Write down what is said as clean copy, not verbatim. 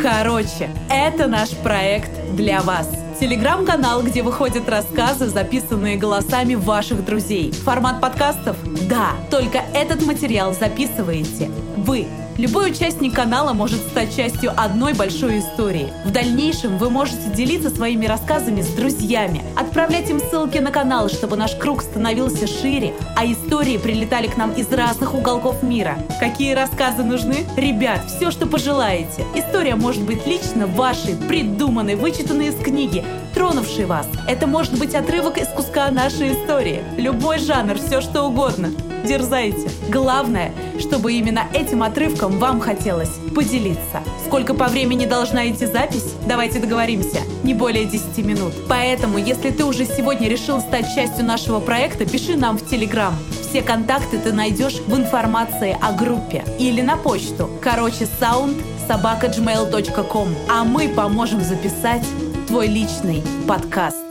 Короче, это наш проект для вас. Телеграм-канал, где выходят рассказы, записанные голосами ваших друзей. Формат подкастов? Да, только этот материал записываете вы. Любой участник канала может стать частью одной большой истории. В дальнейшем вы можете делиться своими рассказами с друзьями, отправлять им ссылки на канал, чтобы наш круг становился шире, а истории прилетали к нам из разных уголков мира. Какие рассказы нужны? Ребят, все, что пожелаете. История может быть лично вашей, придуманной, вычитанной из книги, тронувшей вас. Это может быть отрывок из куска нашей истории. Любой жанр, все что угодно. Дерзайте. Главное, чтобы именно этим отрывком вам хотелось поделиться. Сколько по времени должна идти запись? Давайте договоримся. Не более 10 минут. Поэтому, если ты уже сегодня решил стать частью нашего проекта, пиши нам в Телеграм. Все контакты ты найдешь в информации о группе. Или на почту. sound@gmail.com. А мы поможем записать твой личный подкаст.